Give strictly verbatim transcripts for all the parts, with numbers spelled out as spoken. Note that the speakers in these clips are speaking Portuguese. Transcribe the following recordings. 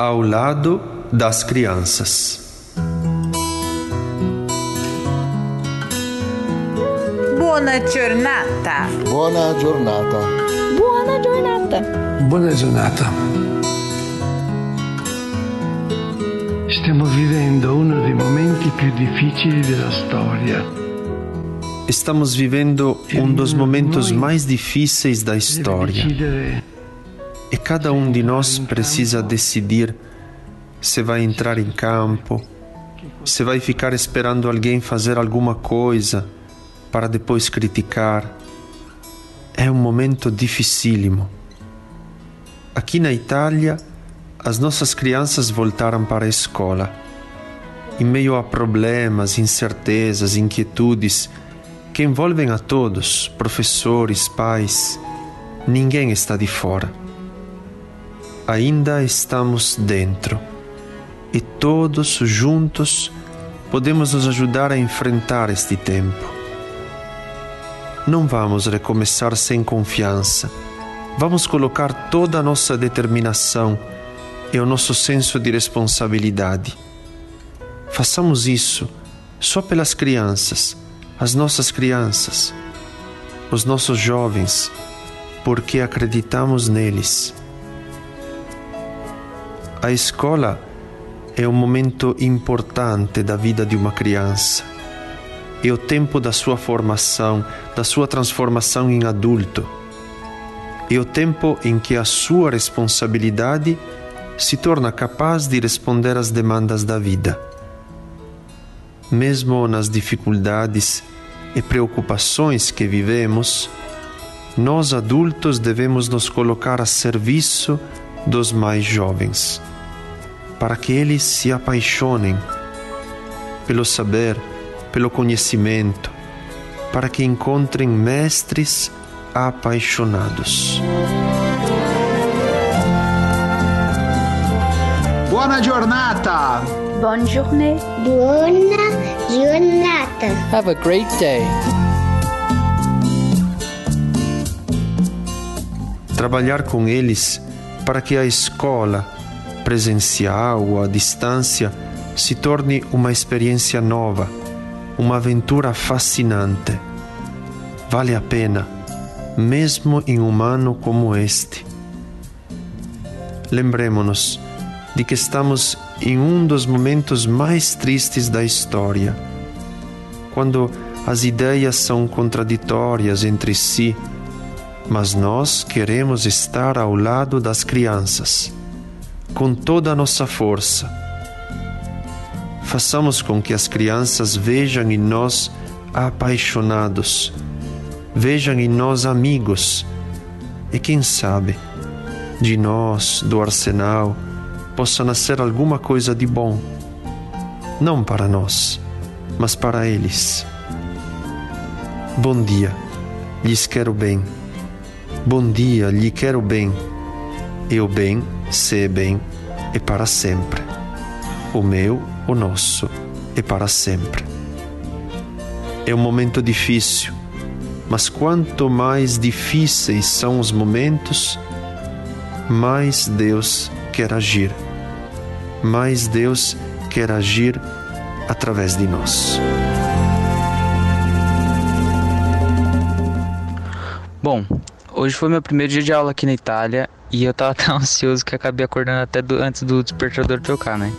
ao lado das crianças. Buona giornata. Buona giornata. Buona giornata. Buona giornata. Stiamo vivendo uno dei momenti più difficili della storia. Estamos vivendo um dos momentos mais difíceis da história. E cada um de nós precisa decidir se vai entrar em campo, se vai ficar esperando alguém fazer alguma coisa para depois criticar. É um momento dificílimo. Aqui na Itália, as nossas crianças voltaram para a escola. Em meio a problemas, incertezas, inquietudes que envolvem a todos, professores, pais, ninguém está de fora. Ainda estamos dentro e todos juntos podemos nos ajudar a enfrentar este tempo. Não vamos recomeçar sem confiança. Vamos colocar toda a nossa determinação e o nosso senso de responsabilidade. Façamos isso só pelas crianças, as nossas crianças, os nossos jovens, porque acreditamos neles. A escola é um momento importante da vida de uma criança. É o tempo da sua formação, da sua transformação em adulto. É o tempo em que a sua responsabilidade se torna capaz de responder às demandas da vida. Mesmo nas dificuldades e preocupações que vivemos, nós adultos devemos nos colocar a serviço dos mais jovens, para que eles se apaixonem pelo saber, pelo conhecimento, para que encontrem mestres apaixonados. Buona giornata! Bonne journée. Buona giornata. Have a great day. Trabalhar com eles para que a escola, presencial ou à distância, se torne uma experiência nova, uma aventura fascinante. Vale a pena, mesmo em um ano como este. Lembremos-nos de que estamos em um dos momentos mais tristes da história, quando as ideias são contraditórias entre si, mas nós queremos estar ao lado das crianças, com toda a nossa força. Façamos com que as crianças vejam em nós apaixonados, vejam em nós amigos, e quem sabe, de nós, do Arsenal, possa nascer alguma coisa de bom, não para nós, mas para eles. Bom dia, lhes quero bem. Bom dia, lhe quero bem. E o bem, se é bem, é para sempre. O meu, o nosso, é para sempre. É um momento difícil, mas quanto mais difíceis são os momentos, mais Deus quer agir. Mais Deus quer agir através de nós. Bom, hoje foi meu primeiro dia de aula aqui na Itália e eu tava tão ansioso que acabei acordando até do, antes do despertador tocar, né?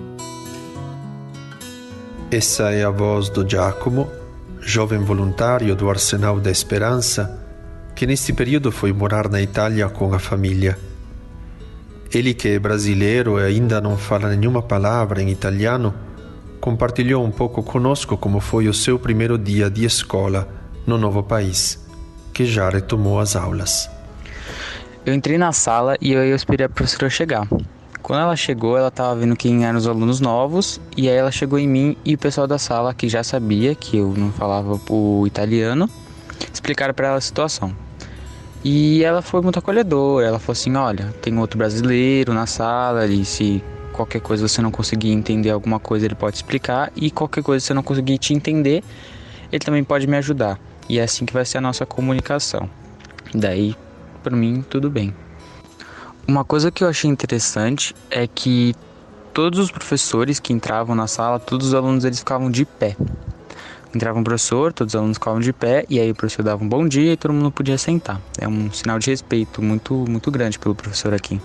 Essa é a voz do Giacomo, jovem voluntário do Arsenal da Esperança, que neste período foi morar na Itália com a família. Ele, que é brasileiro e ainda não fala nenhuma palavra em italiano, compartilhou um pouco conosco como foi o seu primeiro dia de escola no novo país, que já retomou as aulas. Eu entrei na sala e eu, eu esperei a professora chegar. Quando ela chegou, ela estava vendo quem eram os alunos novos, e aí ela chegou em mim e o pessoal da sala, que já sabia que eu não falava o italiano, explicaram para ela a situação. E ela foi muito acolhedora, ela falou assim, olha, tem outro brasileiro na sala, e se qualquer coisa você não conseguir entender alguma coisa, ele pode explicar, e qualquer coisa você não conseguir te entender, ele também pode me ajudar. E é assim que vai ser a nossa comunicação. Daí, para mim, tudo bem. Uma coisa que eu achei interessante é que todos os professores que entravam na sala, todos os alunos eles ficavam de pé. Entrava um professor, todos os alunos ficavam de pé, e aí o professor dava um bom dia e todo mundo podia sentar. É um sinal de respeito muito, muito grande pelo professor aqui.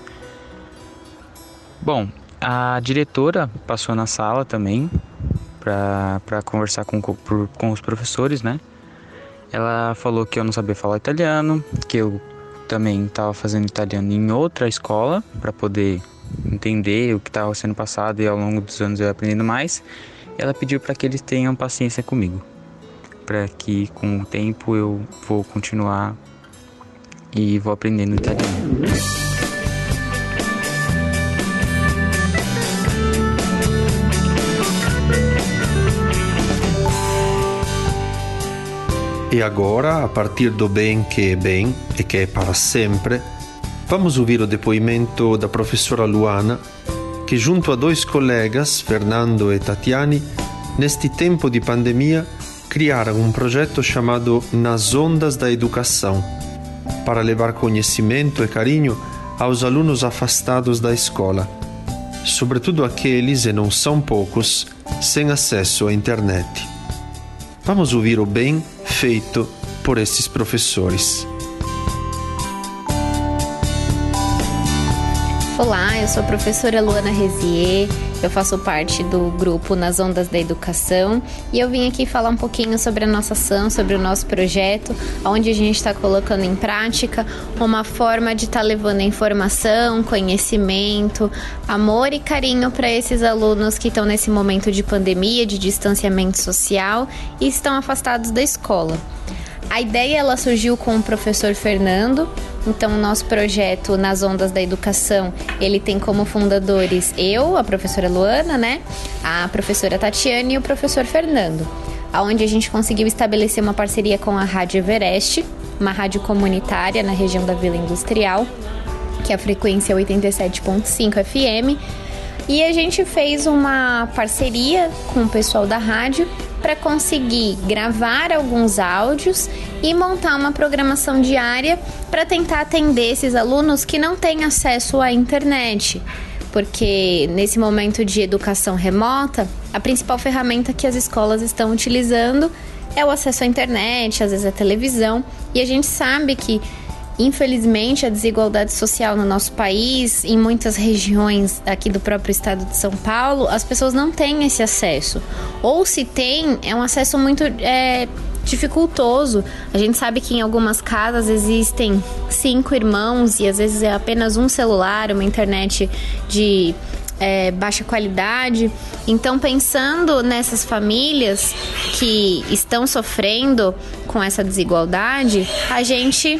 Bom, a diretora passou na sala também para conversar com, com os professores, né? Ela falou que eu não sabia falar italiano, que eu também estava fazendo italiano em outra escola para poder entender o que estava sendo passado e ao longo dos anos eu aprendendo mais. Ela pediu para que eles tenham paciência comigo, para que com o tempo eu vou continuar e vou aprendendo italiano. E agora, a partir do bem que é bem e que é para sempre, vamos ouvir o depoimento da professora Luana, que junto a dois colegas, Fernando e Tatiani, neste tempo de pandemia, criaram um projeto chamado Nas Ondas da Educação, para levar conhecimento e carinho aos alunos afastados da escola, sobretudo aqueles, e não são poucos, sem acesso à internet. Vamos ouvir o bem feito por esses professores. Olá, eu sou a professora Luana Rezier, eu faço parte do grupo Nas Ondas da Educação e eu vim aqui falar um pouquinho sobre a nossa ação, sobre o nosso projeto, onde a gente está colocando em prática uma forma de estar tá levando informação, conhecimento, amor e carinho para esses alunos que estão nesse momento de pandemia, de distanciamento social e estão afastados da escola. A ideia ela surgiu com o professor Fernando. Então, o nosso projeto Nas Ondas da Educação, ele tem como fundadores eu, a professora Luana, né? A professora Tatiane e o professor Fernando. Onde a gente conseguiu estabelecer uma parceria com a Rádio Everest, uma rádio comunitária na região da Vila Industrial, que é a frequência é oitenta e sete ponto cinco F M. E a gente fez uma parceria com o pessoal da rádio para conseguir gravar alguns áudios e montar uma programação diária para tentar atender esses alunos que não têm acesso à internet. Porque nesse momento de educação remota, a principal ferramenta que as escolas estão utilizando é o acesso à internet, às vezes a televisão, e a gente sabe que infelizmente, a desigualdade social no nosso país, em muitas regiões aqui do próprio estado de São Paulo, as pessoas não têm esse acesso. Ou se tem, é um acesso muito é, dificultoso. A gente sabe que em algumas casas existem cinco irmãos e às vezes é apenas um celular, uma internet de é, baixa qualidade. Então, pensando nessas famílias que estão sofrendo com essa desigualdade, a gente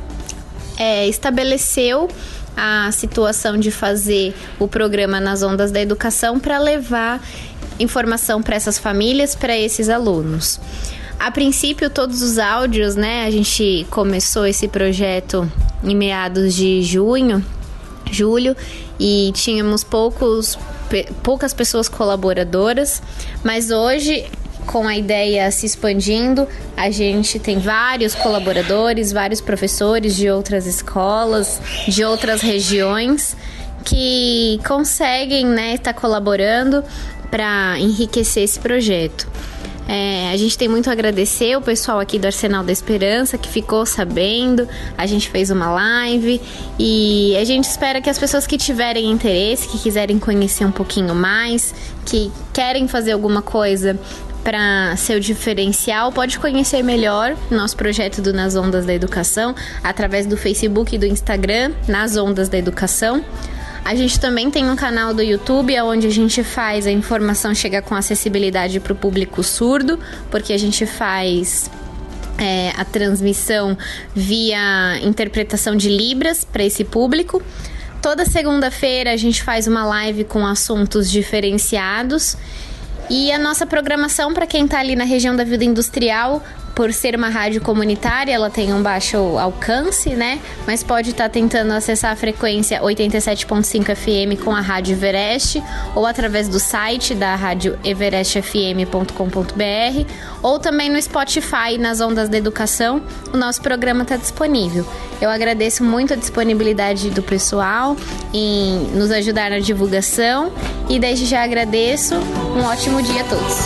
É, estabeleceu a situação de fazer o programa Nas Ondas da Educação para levar informação para essas famílias, para esses alunos. A princípio, todos os áudios, né? A gente começou esse projeto em meados de junho, julho, e tínhamos poucos, poucas pessoas colaboradoras, mas hoje, com a ideia se expandindo, a gente tem vários colaboradores, vários professores de outras escolas, de outras regiões, que conseguem, né, estar colaborando para enriquecer esse projeto. É, a gente tem muito a agradecer o pessoal aqui do Arsenal da Esperança que ficou sabendo, a gente fez uma live e a gente espera que as pessoas que tiverem interesse, que quiserem conhecer um pouquinho mais, que querem fazer alguma coisa para ser o diferencial, pode conhecer melhor nosso projeto do Nas Ondas da Educação através do Facebook e do Instagram, Nas Ondas da Educação. A gente também tem um canal do YouTube onde a gente faz a informação chegar com acessibilidade para o público surdo, porque a gente faz é, a transmissão via interpretação de Libras para esse público. Toda segunda-feira a gente faz uma live com assuntos diferenciados. E a nossa programação para quem está ali na região da Vila Industrial por ser uma rádio comunitária, ela tem um baixo alcance, né? Mas pode estar tentando acessar a frequência oitenta e sete ponto cinco F M com a Rádio Everest, ou através do site da rádio everest f m ponto com ponto b r, ou também no Spotify, nas Ondas da Educação, o nosso programa está disponível. Eu agradeço muito a disponibilidade do pessoal em nos ajudar na divulgação e desde já agradeço. Um ótimo dia a todos.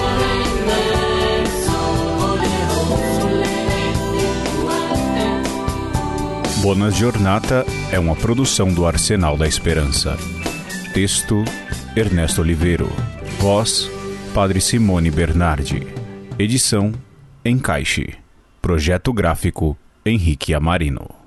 Buona Giornata é uma produção do Arsenal da Esperança. Texto: Ernesto Oliveiro. Voz: Padre Simone Bernardi. Edição: Encaixe. Projeto gráfico: Henrique Amarino.